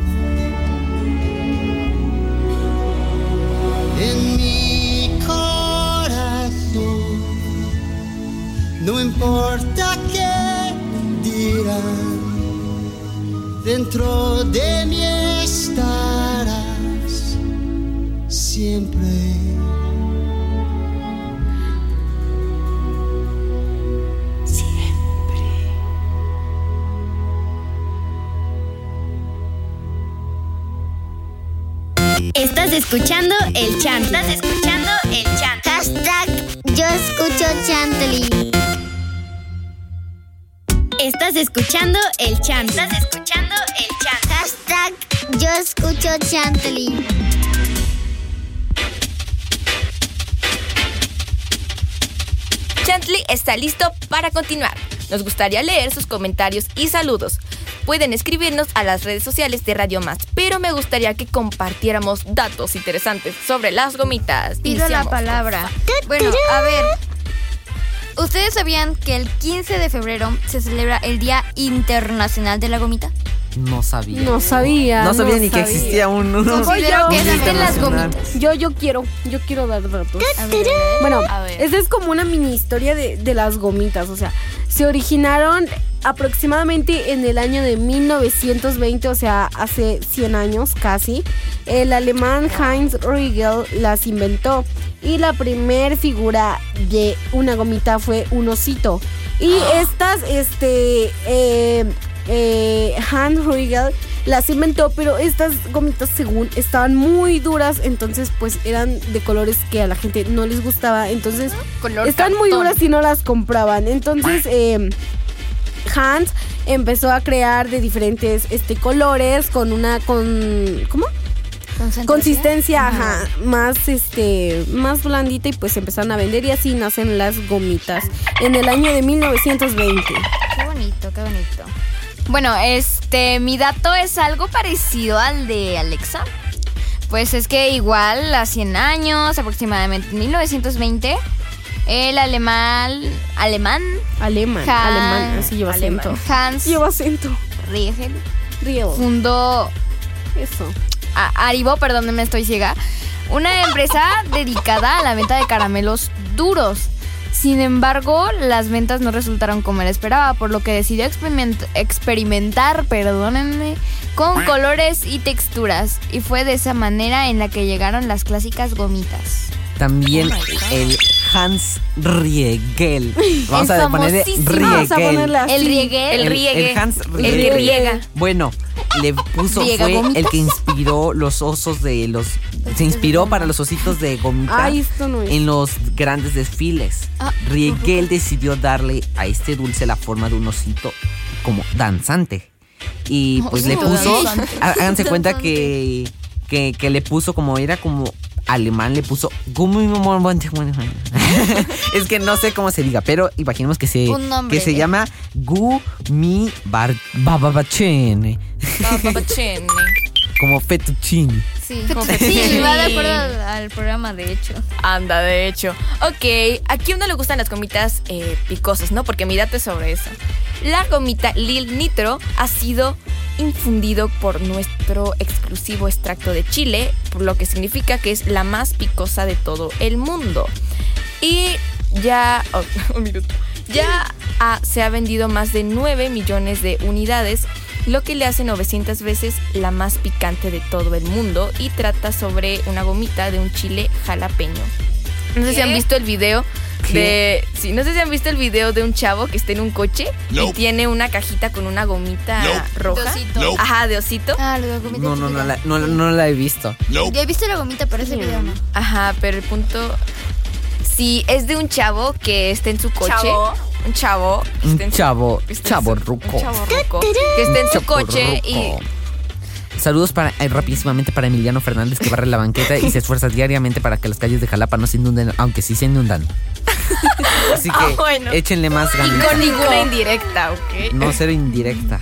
Speaker 8: En mi corazón, no importa qué dirán, dentro de mí estarás siempre.
Speaker 1: Estás escuchando el chant. Estás escuchando el chant. Hashtag yo escucho Chantley. Estás escuchando el chant. Estás escuchando el chant. Hashtag yo escucho Chantley.
Speaker 5: Chantley está listo para continuar. Nos gustaría leer sus comentarios y saludos. Pueden escribirnos a las redes sociales de Radio Más, pero me gustaría que compartiéramos datos interesantes sobre las gomitas.
Speaker 6: pido la
Speaker 5: Iniciamos.
Speaker 6: palabra. Bueno, a ver. ¿Ustedes sabían que el quince de febrero se celebra el Día Internacional de la Gomita?
Speaker 2: No sabía.
Speaker 4: No sabía.
Speaker 2: No sabía ni que
Speaker 4: sabía.
Speaker 2: existía un... un-
Speaker 6: Considero que
Speaker 2: un
Speaker 6: existen las
Speaker 2: internacional.
Speaker 6: gomitas.
Speaker 4: Yo, yo quiero, yo quiero dar datos.
Speaker 6: A ver,
Speaker 4: Bueno,
Speaker 5: A ver.
Speaker 4: esta es como una mini historia de, de las gomitas. O sea, se originaron aproximadamente en el año de mil novecientos veinte, o sea, hace cien años casi. El alemán Heinz Riegel las inventó. Y la primer figura de una gomita fue un osito. Y estas, este, eh, eh, Hans Riegel las inventó, pero estas gomitas según estaban muy duras, entonces pues eran de colores que a la gente no les gustaba, entonces
Speaker 3: Color
Speaker 4: están muy
Speaker 3: cartón.
Speaker 4: duras y no las compraban. Entonces eh, Hans empezó a crear de diferentes este colores con una con ¿cómo? Consistencia, ajá, más este, más blandita, y pues empezaron a vender y así nacen las gomitas en el año de mil novecientos veinte.
Speaker 6: Qué bonito, qué bonito.
Speaker 3: Bueno, este, mi dato es algo parecido al de Alexa. Pues es que igual, a cien años, aproximadamente en mil novecientos veinte, el alemán, alemán,
Speaker 4: Alemán,
Speaker 3: Han-
Speaker 4: alemán, así lleva
Speaker 3: alemán,
Speaker 4: acento.
Speaker 3: Hans
Speaker 4: Lleva acento.
Speaker 3: Riegel
Speaker 4: Río.
Speaker 3: fundó
Speaker 4: Eso.
Speaker 3: a- Haribo, perdón, me estoy ciega, una empresa dedicada a la venta de caramelos duros. Sin embargo, las ventas no resultaron como él esperaba, por lo que decidió experiment- experimentar, perdónenme, con colores y texturas. Y fue de esa manera en la que llegaron las clásicas gomitas.
Speaker 2: También el Hans Riegel. Vamos
Speaker 3: El
Speaker 2: a ponerle
Speaker 3: famosísimo.
Speaker 2: Riegel.
Speaker 4: Vamos a ponerle así.
Speaker 3: El Riegel.
Speaker 5: El
Speaker 2: El-
Speaker 5: riegue.
Speaker 2: el Hans
Speaker 5: El que
Speaker 2: Riegel.
Speaker 5: riega.
Speaker 2: Bueno, le puso,
Speaker 3: Riega
Speaker 2: fue
Speaker 3: gomitas.
Speaker 2: el que inspiró los osos de los... Se inspiró para los ositos de gomita
Speaker 4: Ay, esto no es.
Speaker 2: en los grandes desfiles.
Speaker 3: Ah,
Speaker 2: Riegel decidió darle a este dulce la forma de un osito como danzante. Y pues le
Speaker 3: Osito
Speaker 2: puso...
Speaker 3: danzante.
Speaker 2: há- Háganse cuenta que, que, que le puso como era como... alemán, le puso es que no sé cómo se diga, pero imaginemos que se
Speaker 6: Un nombre.
Speaker 2: que se llama Gumi bar bababachene,
Speaker 5: Papachene.
Speaker 2: como fettuccine.
Speaker 6: Sí,
Speaker 5: Como
Speaker 6: sí,
Speaker 5: fettuccine.
Speaker 6: va de acuerdo al, al programa, de hecho.
Speaker 5: Anda, de hecho. Ok, aquí a uno le gustan las gomitas eh, picosas, ¿no? Porque mi dato es sobre eso. La gomita Lil Nitro ha sido infundido por nuestro exclusivo extracto de chile, por lo que significa que es la más picosa de todo el mundo. Y ya... oh, un minuto. Ya ah, se ha vendido más de nueve millones de unidades, lo que le hace novecientas veces la más picante de todo el mundo, y trata sobre una gomita de un chile jalapeño. No sé si han visto el video de... Sí, no sé si han visto el video de un chavo que está en un coche y tiene una cajita con una gomita roja.
Speaker 6: De osito.
Speaker 5: Ajá, de osito.
Speaker 6: Ah, lo de gomita
Speaker 2: No, no, no
Speaker 6: chiquita.
Speaker 2: la, no, no la he visto.
Speaker 6: Ya he visto la gomita, pero ese video no.
Speaker 5: Ajá, pero el punto... Sí, es de un chavo que está en su coche. Chavo. Un chavo. que
Speaker 2: Un
Speaker 5: está en su-
Speaker 2: chavo,
Speaker 5: que está en
Speaker 2: chavo
Speaker 5: su-
Speaker 2: ruco.
Speaker 5: Un chavo ruco. Que está en su coche y...
Speaker 2: Chaporruco. Saludos para eh, rapidísimamente para Emiliano Fernández, que barre la banqueta y se esfuerza diariamente para que las calles de Jalapa no se inunden, aunque sí se inundan. Así que
Speaker 5: Ah, bueno.
Speaker 2: échenle más
Speaker 5: Y
Speaker 2: ganas.
Speaker 5: con ninguna indirecta, ¿ok?
Speaker 2: No ser indirecta.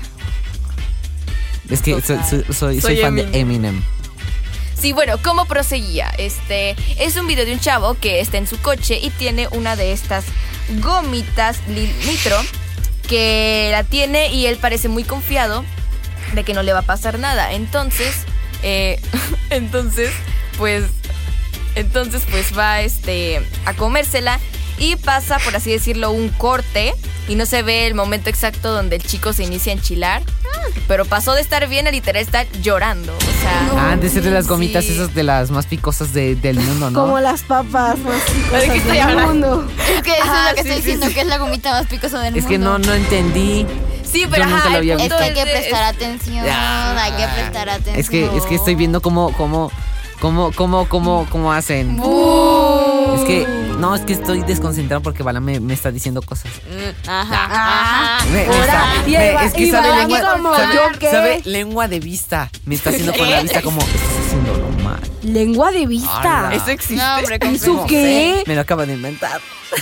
Speaker 2: Es que soy, soy, soy- soy
Speaker 5: Soy
Speaker 2: fan
Speaker 5: Eminem.
Speaker 2: de Eminem.
Speaker 5: Sí, bueno, ¿cómo proseguía? Este es un video de un chavo que está en su coche y tiene una de estas gomitas Lil Nitro, que la tiene y él parece muy confiado de que no le va a pasar nada. Entonces, eh, entonces, pues, entonces, pues va este a comérsela y pasa, por así decirlo, un corte y no se ve el momento exacto donde el chico se inicia a enchilar. Pero pasó de estar bien a literal estar llorando. O sea,
Speaker 2: Ah, han de ser de las gomitas
Speaker 5: sí.
Speaker 2: esas de las más picosas de- del mundo, ¿no?
Speaker 4: Como las papas más
Speaker 5: ¿De qué
Speaker 4: picosas
Speaker 5: estoy
Speaker 4: del
Speaker 5: hablando?
Speaker 4: mundo.
Speaker 6: Es que eso
Speaker 5: Ah,
Speaker 6: es lo que
Speaker 5: sí,
Speaker 6: estoy
Speaker 5: sí,
Speaker 6: diciendo,
Speaker 5: sí.
Speaker 6: que es la gomita más picosa del
Speaker 2: Es
Speaker 6: mundo.
Speaker 2: que no, no entendí.
Speaker 5: Sí, pero
Speaker 2: Yo nunca
Speaker 5: ajá,
Speaker 2: lo
Speaker 5: el
Speaker 2: había
Speaker 6: Es
Speaker 5: punto
Speaker 6: que hay que
Speaker 5: de-
Speaker 6: prestar atención,
Speaker 2: Ah.
Speaker 6: hay que prestar atención.
Speaker 2: Es que, es que estoy viendo cómo, cómo, cómo, cómo, cómo, cómo hacen. Es que, no, es que estoy desconcentrado porque Bala me, me está diciendo cosas.
Speaker 6: Ajá, ajá.
Speaker 2: Me- me
Speaker 4: Ahora,
Speaker 2: está-
Speaker 4: y
Speaker 2: me-
Speaker 4: Eva-
Speaker 2: es que
Speaker 4: y
Speaker 2: sabe
Speaker 4: Bala
Speaker 2: lengua,
Speaker 4: como,
Speaker 2: sabe,
Speaker 4: ¿yo qué?
Speaker 2: sabe lengua de vista. Me está haciendo con la vista como, estás haciéndolo mal.
Speaker 4: Lengua de vista.
Speaker 2: Ala.
Speaker 5: Eso existe.
Speaker 6: No, hombre, con
Speaker 4: ¿Eso
Speaker 2: No
Speaker 4: qué?
Speaker 2: sé, me lo acaba de inventar.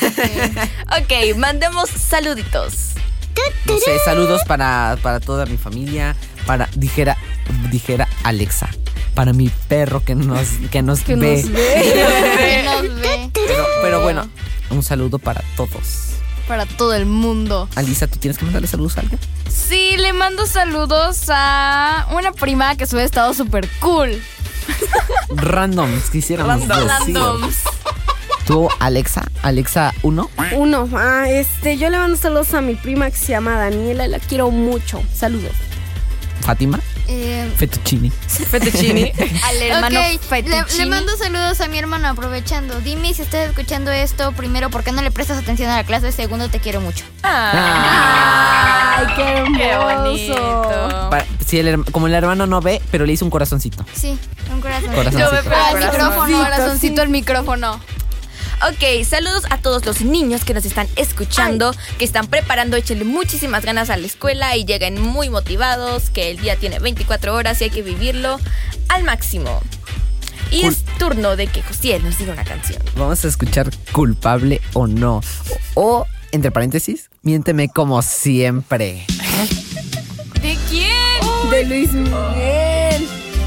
Speaker 5: Ok, mandemos saluditos.
Speaker 2: No sé, saludos para, para toda mi familia, para, dijera, dijera Alexa, para mi perro que nos, que nos
Speaker 4: Que
Speaker 2: ve.
Speaker 4: nos ve.
Speaker 6: Que nos ve.
Speaker 2: Pero, pero bueno, un saludo para todos.
Speaker 3: Para todo el mundo.
Speaker 2: Alisa, ¿tú tienes que mandarle saludos a alguien?
Speaker 3: Sí, le mando saludos a una prima que sube estado súper cool.
Speaker 2: Randoms, quisiéramos decir.
Speaker 5: Randoms.
Speaker 2: ¿Tú, Alexa? ¿Alexa uno?
Speaker 4: Uno, ah, este, yo le mando saludos a mi prima que se llama Daniela, la quiero mucho. Saludos.
Speaker 2: ¿Fátima?
Speaker 6: Eh,
Speaker 2: Fettuccini.
Speaker 5: Fettuccini. Al hermano
Speaker 6: ok, le,
Speaker 5: Fettuccini.
Speaker 6: le mando saludos a mi hermano aprovechando. Dime si estás escuchando esto. Primero, ¿por qué no le prestas atención a la clase? Segundo, te quiero mucho.
Speaker 5: Ah,
Speaker 4: Ay, qué hermoso.
Speaker 5: qué bonito.
Speaker 2: Para- Sí, el, her- como el hermano no ve, pero le hizo un corazoncito.
Speaker 6: Sí, un corazón.
Speaker 2: Corazoncito.
Speaker 3: Yo me pego al
Speaker 5: Corazón.
Speaker 3: micrófono, corazoncito el micrófono.
Speaker 5: Ok, saludos a todos los niños que nos están escuchando, que están preparando, échenle muchísimas ganas a la escuela y lleguen muy motivados, que el día tiene veinticuatro horas y hay que vivirlo al máximo. Y
Speaker 2: Cool.
Speaker 5: es turno de que Josiel nos diga una canción.
Speaker 2: Vamos a escuchar Culpable o No. O, o, entre paréntesis, Miénteme como siempre.
Speaker 3: ¿De quién?
Speaker 4: De Luis Miguel.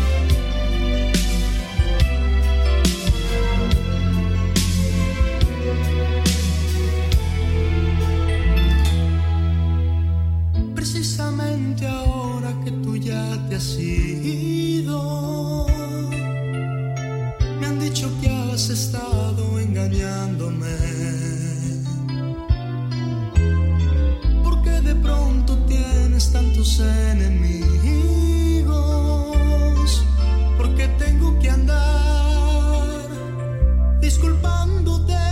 Speaker 8: Precisamente ahora que tú ya te has ido, me han dicho que has estado engañándome, porque de pronto tienes tantos enemigos, porque tengo que andar disculpándote.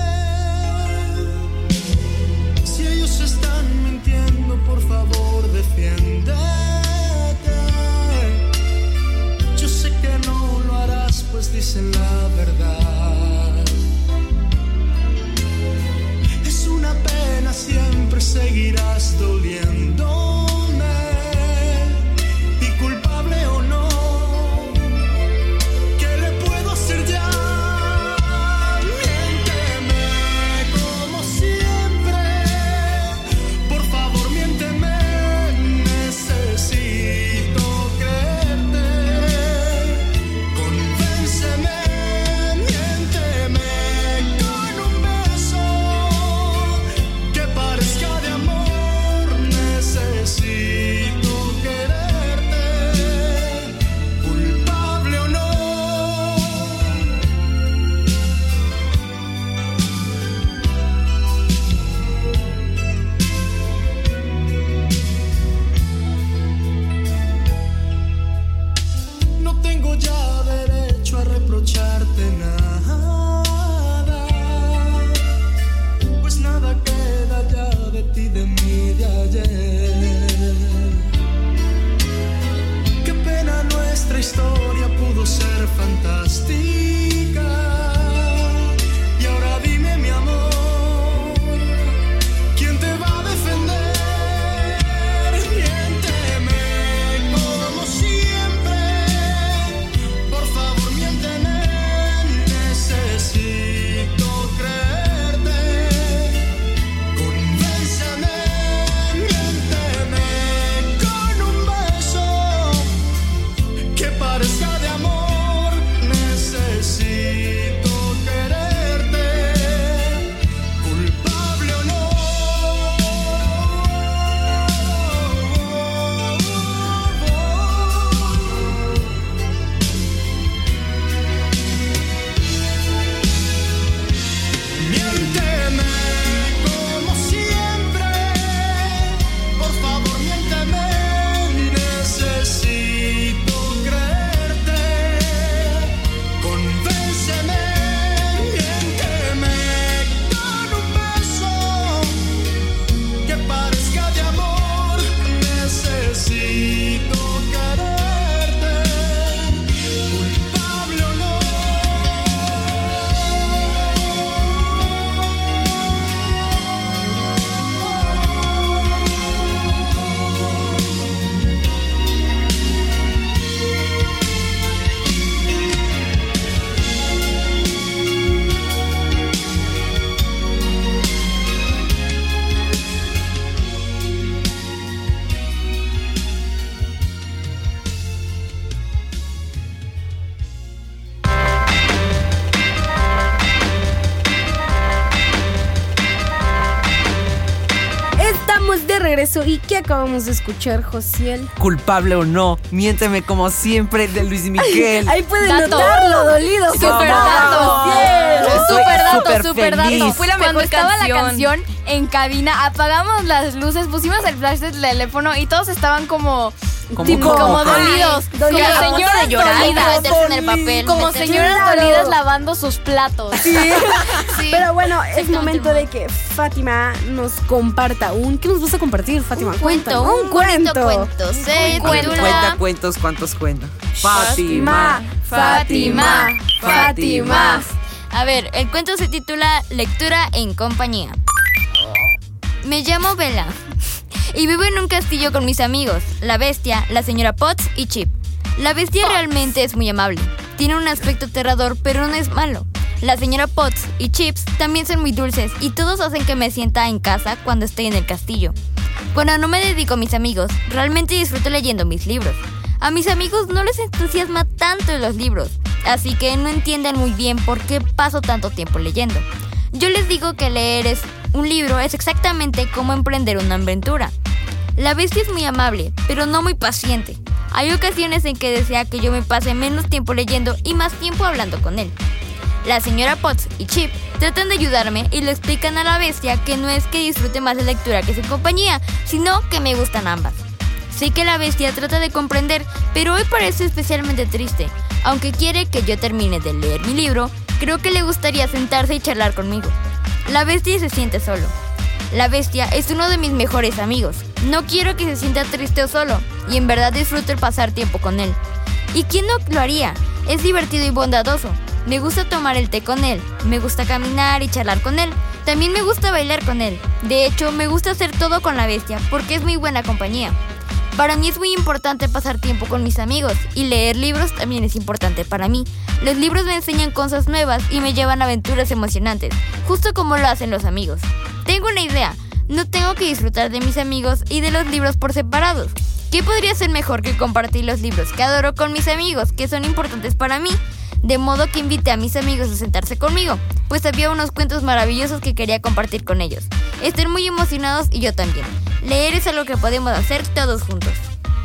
Speaker 8: Si ellos están mintiendo, por favor, defiéndete. Yo sé que no lo harás, pues dicen la verdad. Es una pena, siempre seguirás doliéndome. Y culpable o no, ¿qué le puedo hacer ya? Miénteme como siempre. Por favor, miénteme, necesito creerte. Convénceme, miénteme con un beso que parezca de amor. Necesito quererte, culpable o no. No tengo ya derecho a reprocharte nada, pues nada queda ya de ti, de mí, de ayer. Qué pena, nuestra historia pudo ser fantástica. Y ahora dime, mi amor, ¿quién te va a defender? Miénteme como siempre. Por favor, miénteme, necesito creerte. Convénceme, miénteme con un beso que parezca de amor. Necesito quererte, culpable o no. Miénteme como siempre. Por favor, miénteme, necesito creerte. Convénceme, miénteme con un beso que parezca de amor. Necesito quererte, culpable o no.
Speaker 4: Estamos de regreso. ¿Y qué acabamos de escuchar, Josiel?
Speaker 2: Culpable o No, Miénteme como siempre, de Luis Miguel.
Speaker 4: Ahí pueden
Speaker 3: Dato.
Speaker 4: notar lo dolido. que
Speaker 3: Super
Speaker 4: está
Speaker 3: dato.
Speaker 4: Josiel.
Speaker 2: Estoy
Speaker 3: Super dato,
Speaker 2: súper
Speaker 3: super
Speaker 2: feliz.
Speaker 3: dato.
Speaker 5: Fue la
Speaker 3: Cuando
Speaker 5: mejor
Speaker 3: estaba
Speaker 5: canción.
Speaker 3: la canción en cabina, apagamos las luces, pusimos el flash del teléfono y todos estaban como
Speaker 2: Como,
Speaker 4: Tipo-
Speaker 3: Como
Speaker 2: ah,
Speaker 3: dolidos.
Speaker 4: Dolidos.
Speaker 3: Como
Speaker 5: A punto
Speaker 3: señoras
Speaker 5: de llorar.
Speaker 3: dolidas.
Speaker 6: Meterse en el papel.
Speaker 3: Como
Speaker 6: meterse-
Speaker 3: señoras
Speaker 4: Claro.
Speaker 3: dolidas lavando sus platos.
Speaker 6: Sí.
Speaker 4: Pero bueno, es
Speaker 6: Exactamente,
Speaker 4: momento
Speaker 6: mamá.
Speaker 4: de que Fátima nos comparta un... ¿Qué nos vas a compartir, Fátima?
Speaker 6: Un cuento,
Speaker 4: Cuéntanos.
Speaker 6: un bonito cuento. Se
Speaker 2: a ver,
Speaker 6: titula
Speaker 2: cuenta cuentos, ¿cuántos cuentos? Fátima.
Speaker 4: Fátima, Fátima.
Speaker 6: A ver, el cuento se titula Lectura en compañía. Me llamo Bella y vivo en un castillo con mis amigos, la bestia, la señora Potts y Chip. La bestia realmente es muy amable. Tiene un aspecto aterrador, pero no es malo. La señora Potts y Chips también son muy dulces y todos hacen que me sienta en casa cuando estoy en el castillo. Cuando no me dedico a mis amigos, realmente disfruto leyendo mis libros. A mis amigos no les entusiasma tanto los libros, así que no entienden muy bien por qué paso tanto tiempo leyendo. Yo les digo que leer es un libro es exactamente como emprender una aventura. La bestia es muy amable, pero no muy paciente. Hay ocasiones en que desea que yo me pase menos tiempo leyendo y más tiempo hablando con él. La señora Potts y Chip tratan de ayudarme y le explican a la bestia que no es que disfrute más de lectura que su compañía, sino que me gustan ambas. Sé que la bestia trata de comprender, pero hoy parece especialmente triste. Aunque quiere que yo termine de leer mi libro, creo que le gustaría sentarse y charlar conmigo. La bestia se siente solo. La bestia es uno de mis mejores amigos. No quiero que se sienta triste o solo, y en verdad disfruto el pasar tiempo con él. ¿Y quién no lo haría? Es divertido y bondadoso. Me gusta tomar el té con él, me gusta caminar y charlar con él. También me gusta bailar con él. De hecho, me gusta hacer todo con la bestia, porque es muy buena compañía. Para mí es muy importante pasar tiempo con mis amigos, y leer libros también es importante para mí. Los libros me enseñan cosas nuevas y me llevan a aventuras emocionantes, justo como lo hacen los amigos. Tengo una idea, no tengo que disfrutar de mis amigos y de los libros por separados. ¿Qué podría ser mejor que compartir los libros que adoro con mis amigos, que son importantes para mí? De modo que invité a mis amigos a sentarse conmigo, pues había unos cuentos maravillosos que quería compartir con ellos. Están muy emocionados y yo también. Leer es algo que podemos hacer todos juntos.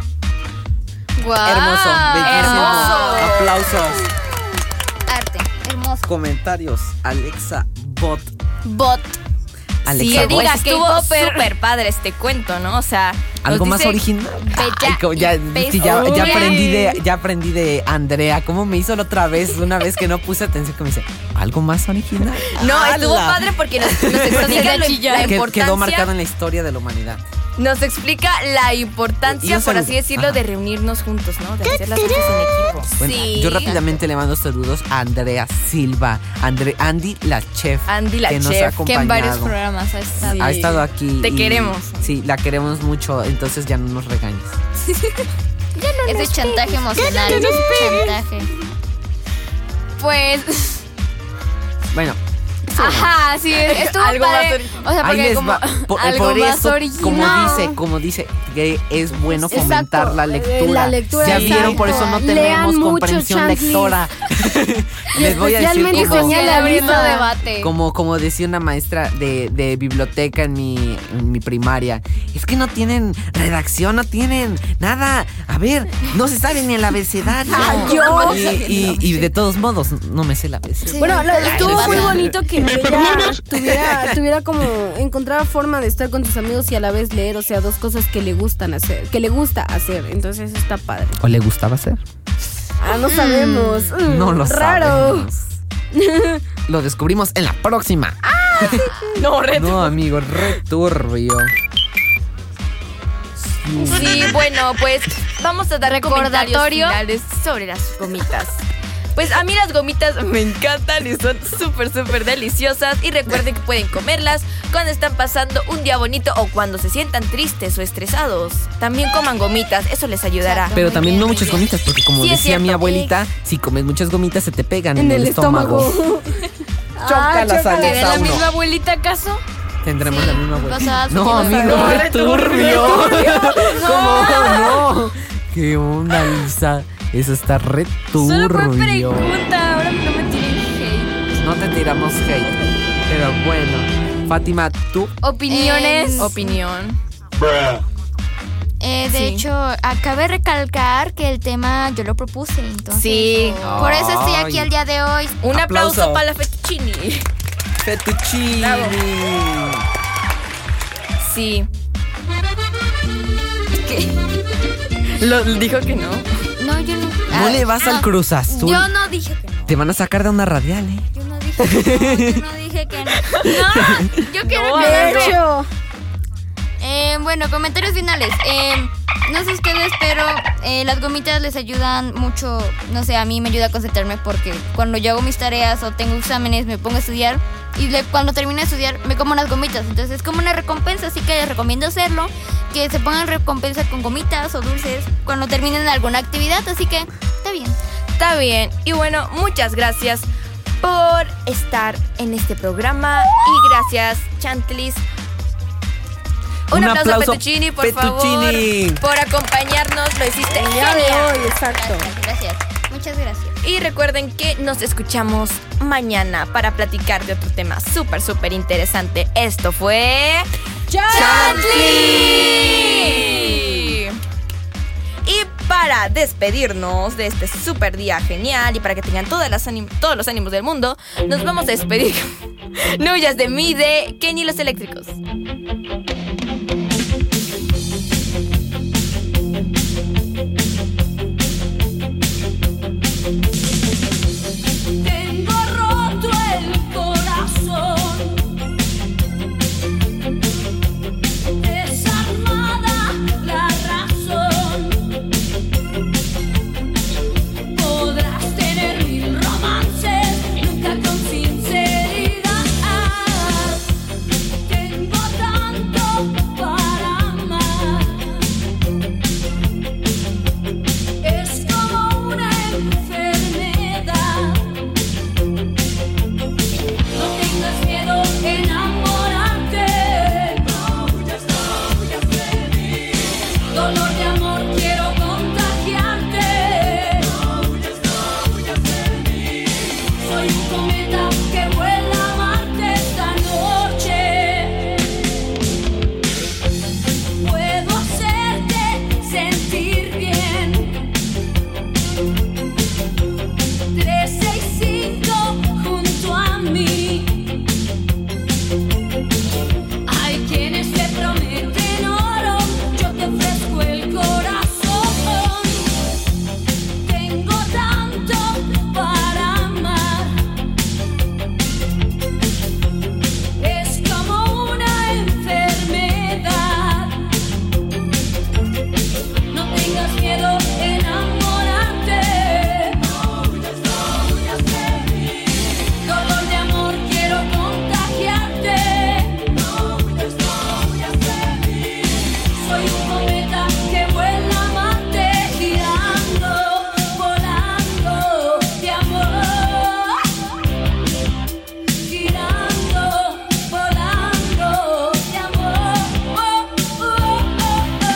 Speaker 3: ¡Guau!
Speaker 2: Hermoso, bellísimo.
Speaker 3: Hermoso.
Speaker 2: Aplausos.
Speaker 6: Arte, hermoso.
Speaker 2: Comentarios. Alexa Bot.
Speaker 3: Bot.
Speaker 2: Alexa
Speaker 5: Sí,
Speaker 2: Bot.
Speaker 5: diga que estuvo súper padre este cuento, ¿no? O sea,
Speaker 2: Algo
Speaker 5: nos
Speaker 2: más
Speaker 5: dice-
Speaker 2: original.
Speaker 6: Bella
Speaker 2: Ay, como ya,
Speaker 6: y
Speaker 2: es que ya, ya
Speaker 5: bestia.
Speaker 2: aprendí de, ya aprendí de Andrea. ¿Cómo me hizo la otra vez? Una vez que no puse atención, que me dice, ¿algo más original?
Speaker 5: No, estuvo
Speaker 2: ¡Hala!
Speaker 5: padre porque nos, nos explica lo- la
Speaker 2: Que-
Speaker 5: importancia.
Speaker 2: Quedó marcado en la historia de la humanidad.
Speaker 5: Nos explica la importancia,
Speaker 2: Yo
Speaker 5: por
Speaker 2: salud-
Speaker 5: así decirlo,
Speaker 2: Ajá.
Speaker 5: de reunirnos juntos, ¿no? De hacer las cosas en equipo.
Speaker 2: Bueno,
Speaker 5: Sí.
Speaker 2: yo rápidamente le mando saludos a Andrea Silva, Andre, Andy la chef,
Speaker 5: Andy la
Speaker 2: que nos ha
Speaker 5: chef,
Speaker 3: Que en varios
Speaker 2: acompañado.
Speaker 3: programas ha estado.
Speaker 5: Sí.
Speaker 2: Ha estado aquí.
Speaker 5: Te
Speaker 2: y-
Speaker 5: queremos.
Speaker 2: Sí, la queremos mucho, entonces ya no nos regañes.
Speaker 6: Ese es chantaje emocional. Chantaje.
Speaker 3: Pues.
Speaker 2: Bueno,
Speaker 3: Ajá, sí, estuvo
Speaker 5: Algo
Speaker 3: padre.
Speaker 5: más ori-
Speaker 3: O sea,
Speaker 2: ahí
Speaker 3: porque
Speaker 2: les
Speaker 3: como
Speaker 2: va. Por,
Speaker 3: algo
Speaker 2: por
Speaker 3: más
Speaker 2: eso,
Speaker 3: original.
Speaker 2: como dice, como dice, que es bueno fomentar
Speaker 4: Exacto,
Speaker 2: la
Speaker 4: eh,
Speaker 2: lectura.
Speaker 4: la lectura,
Speaker 2: Ya
Speaker 4: exacto.
Speaker 2: vieron, por eso no
Speaker 4: Lean
Speaker 2: tenemos
Speaker 4: mucho,
Speaker 2: comprensión
Speaker 4: Chantley.
Speaker 2: lectora.
Speaker 4: Y
Speaker 2: Les voy a decir
Speaker 4: especialmente
Speaker 2: como,
Speaker 4: señala
Speaker 3: Social abriendo
Speaker 4: Lisa.
Speaker 3: debate.
Speaker 2: como, como decía una maestra de, de biblioteca en mi, en mi primaria. Es que no tienen redacción, no tienen nada. A ver, no se sabe ni el abecedario.
Speaker 4: Ah, yo.
Speaker 2: Y, y- y de todos modos, no me sé el abecedario.
Speaker 4: Bueno, lo- estuvo
Speaker 6: pasa.
Speaker 4: muy bonito que ella tuviera, tuviera como encontrar forma de estar con sus amigos y a la vez leer, o sea, dos cosas que le gustan hacer, que le gusta hacer, entonces está padre.
Speaker 2: ¿O le gustaba hacer?
Speaker 4: Ah, no sabemos. Mm,
Speaker 2: No lo
Speaker 4: raro.
Speaker 2: sabemos. Lo descubrimos en la próxima.
Speaker 5: No, reto.
Speaker 2: No, amigo, returbio.
Speaker 5: Sí, bueno, pues vamos a dar
Speaker 3: Recordatorio.
Speaker 5: comentarios finales sobre las gomitas. Pues a mí las gomitas me encantan y son súper, súper deliciosas. Y recuerden que pueden comerlas cuando están pasando un día bonito o cuando se sientan tristes o estresados. También coman gomitas, eso les ayudará.
Speaker 2: Pero
Speaker 6: Muy
Speaker 2: también
Speaker 6: bien,
Speaker 2: no
Speaker 6: muy
Speaker 2: muchas
Speaker 6: bien.
Speaker 2: gomitas, porque como
Speaker 5: Sí, es
Speaker 2: decía mi
Speaker 5: cierto.
Speaker 2: abuelita, si comes muchas gomitas se te pegan
Speaker 4: En el estómago.
Speaker 2: Chócalas,
Speaker 4: Ah,
Speaker 2: Alexa,
Speaker 3: ¿Tiene la
Speaker 2: uno.
Speaker 3: misma abuelita acaso?
Speaker 2: Tendremos la misma abuelita.
Speaker 6: Pasada,
Speaker 2: No,
Speaker 6: su
Speaker 2: amigo,
Speaker 6: tía pasada.
Speaker 2: returbio. ¿Cómo no? ¿Qué onda, Lisa? Eso está
Speaker 3: Solo fue
Speaker 2: returbio.
Speaker 3: pregunta, ahora no me tiren hate.
Speaker 2: No te tiramos hate. Pero bueno. Fátima, tú.
Speaker 3: Opiniones.
Speaker 6: En-
Speaker 5: Opinión.
Speaker 6: Eh, de
Speaker 5: Sí.
Speaker 6: hecho, acabé de recalcar que el tema yo lo propuse, entonces.
Speaker 5: Sí.
Speaker 6: Por eso estoy aquí
Speaker 2: Ay.
Speaker 6: el día de hoy.
Speaker 5: Un aplauso,
Speaker 2: Aplauso.
Speaker 5: para la fettuccini.
Speaker 2: Fettuccini.
Speaker 5: Bravo. Sí. Lo dijo que no.
Speaker 6: No, yo no.
Speaker 2: No
Speaker 6: Ah,
Speaker 2: le vas
Speaker 6: no.
Speaker 2: al Cruz Azul.
Speaker 6: Yo no dije que no.
Speaker 2: Te van a sacar de una radial, ¿eh?
Speaker 6: Yo no dije que no. Yo no dije que no. No, yo quiero
Speaker 5: No,
Speaker 6: que
Speaker 4: De hecho,
Speaker 6: Eh, bueno, comentarios finales. Eh, no sé ustedes, pero eh, las gomitas les ayudan mucho. No sé, a mí me ayuda a concentrarme porque cuando yo hago mis tareas o tengo exámenes me pongo a estudiar y le- cuando termino de estudiar me como unas gomitas. Entonces es como una recompensa, así que les recomiendo hacerlo. Que se pongan recompensa con gomitas o dulces cuando terminen alguna actividad. Así que está bien.
Speaker 5: Está bien. Y bueno, muchas gracias por estar en este programa. Y gracias, Chantlis. Un,
Speaker 2: Un
Speaker 5: aplauso,
Speaker 2: aplauso,
Speaker 5: a Fettuccini, por
Speaker 2: Fettuccini.
Speaker 5: favor. Por acompañarnos. Lo hiciste
Speaker 4: el día de
Speaker 5: genial.
Speaker 4: hoy, exacto.
Speaker 6: Gracias, gracias. Muchas gracias.
Speaker 5: Y recuerden que nos escuchamos mañana para platicar de otro tema súper, súper interesante. Esto fue... ¡Chantli! Y para despedirnos de este súper día genial y para que tengan todas las anim- todos los ánimos del mundo, nos vamos a despedir. No huyas de mí, de Kenny y los Eléctricos.
Speaker 1: Tengo roto el corazón, desarmada la razón. Podrás tener mil romances, nunca con sinceridad. Tengo tanto para amar. Es como una enfermedad. No tengas miedo enamorarte. No huyas, no huyas de mí. Dolor de amor quiero contagiarte. No huyas, no huyas de mí. Soy un cometa que vuela a amarte esta noche. Puedo hacerte sentir bien. Tres, seis, cinco junto a mí. Hay quienes te prometen oro, yo te ofrezco el corazón. Tengo tanto para amar. Es como una enfermedad. No tengas miedo enamorarte. No huyas, no huyas de mí. Dolor de amor quiero contagiarte. No huyas, no huyas de mí. Soy un cometa que vuela a amarte, girando, volando de amor. Girando, volando de amor. Oh, oh, oh, oh.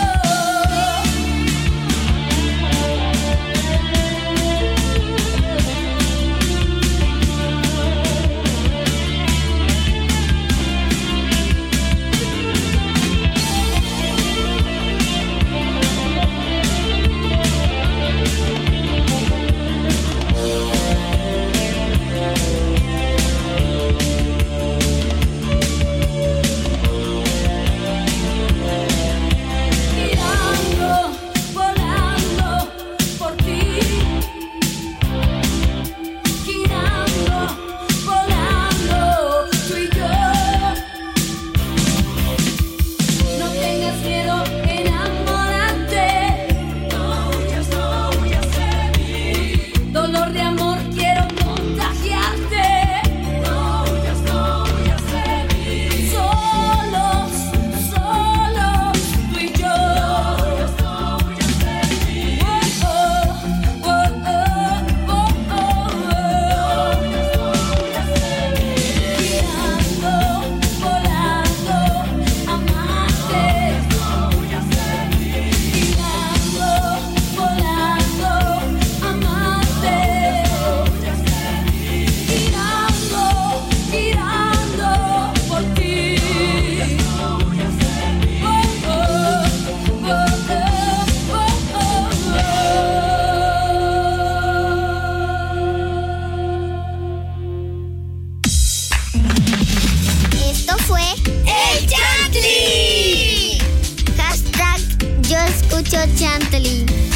Speaker 1: Girando, volando por ti. Girando, volando tú y yo. No tengas miedo enamorarte. No huyas, no huyas de mí. Dolor de amor quiero contagiarte. No huyas, no huyas de mí. Solos, solos tú y yo. No huyas, no huyas de mí. Oh, oh, oh, oh, oh, oh. No huyas, no huyas de mí. Girando, volando, amarte. No huyas de mí. Girando, volando, amarte. No huyas de mí. Girando, girando por ti. No huyas de mí. Oh, oh, oh, oh, oh,
Speaker 9: Esto fue El Chantli. Hashtag Yo Escucho
Speaker 1: mucho, Chantley.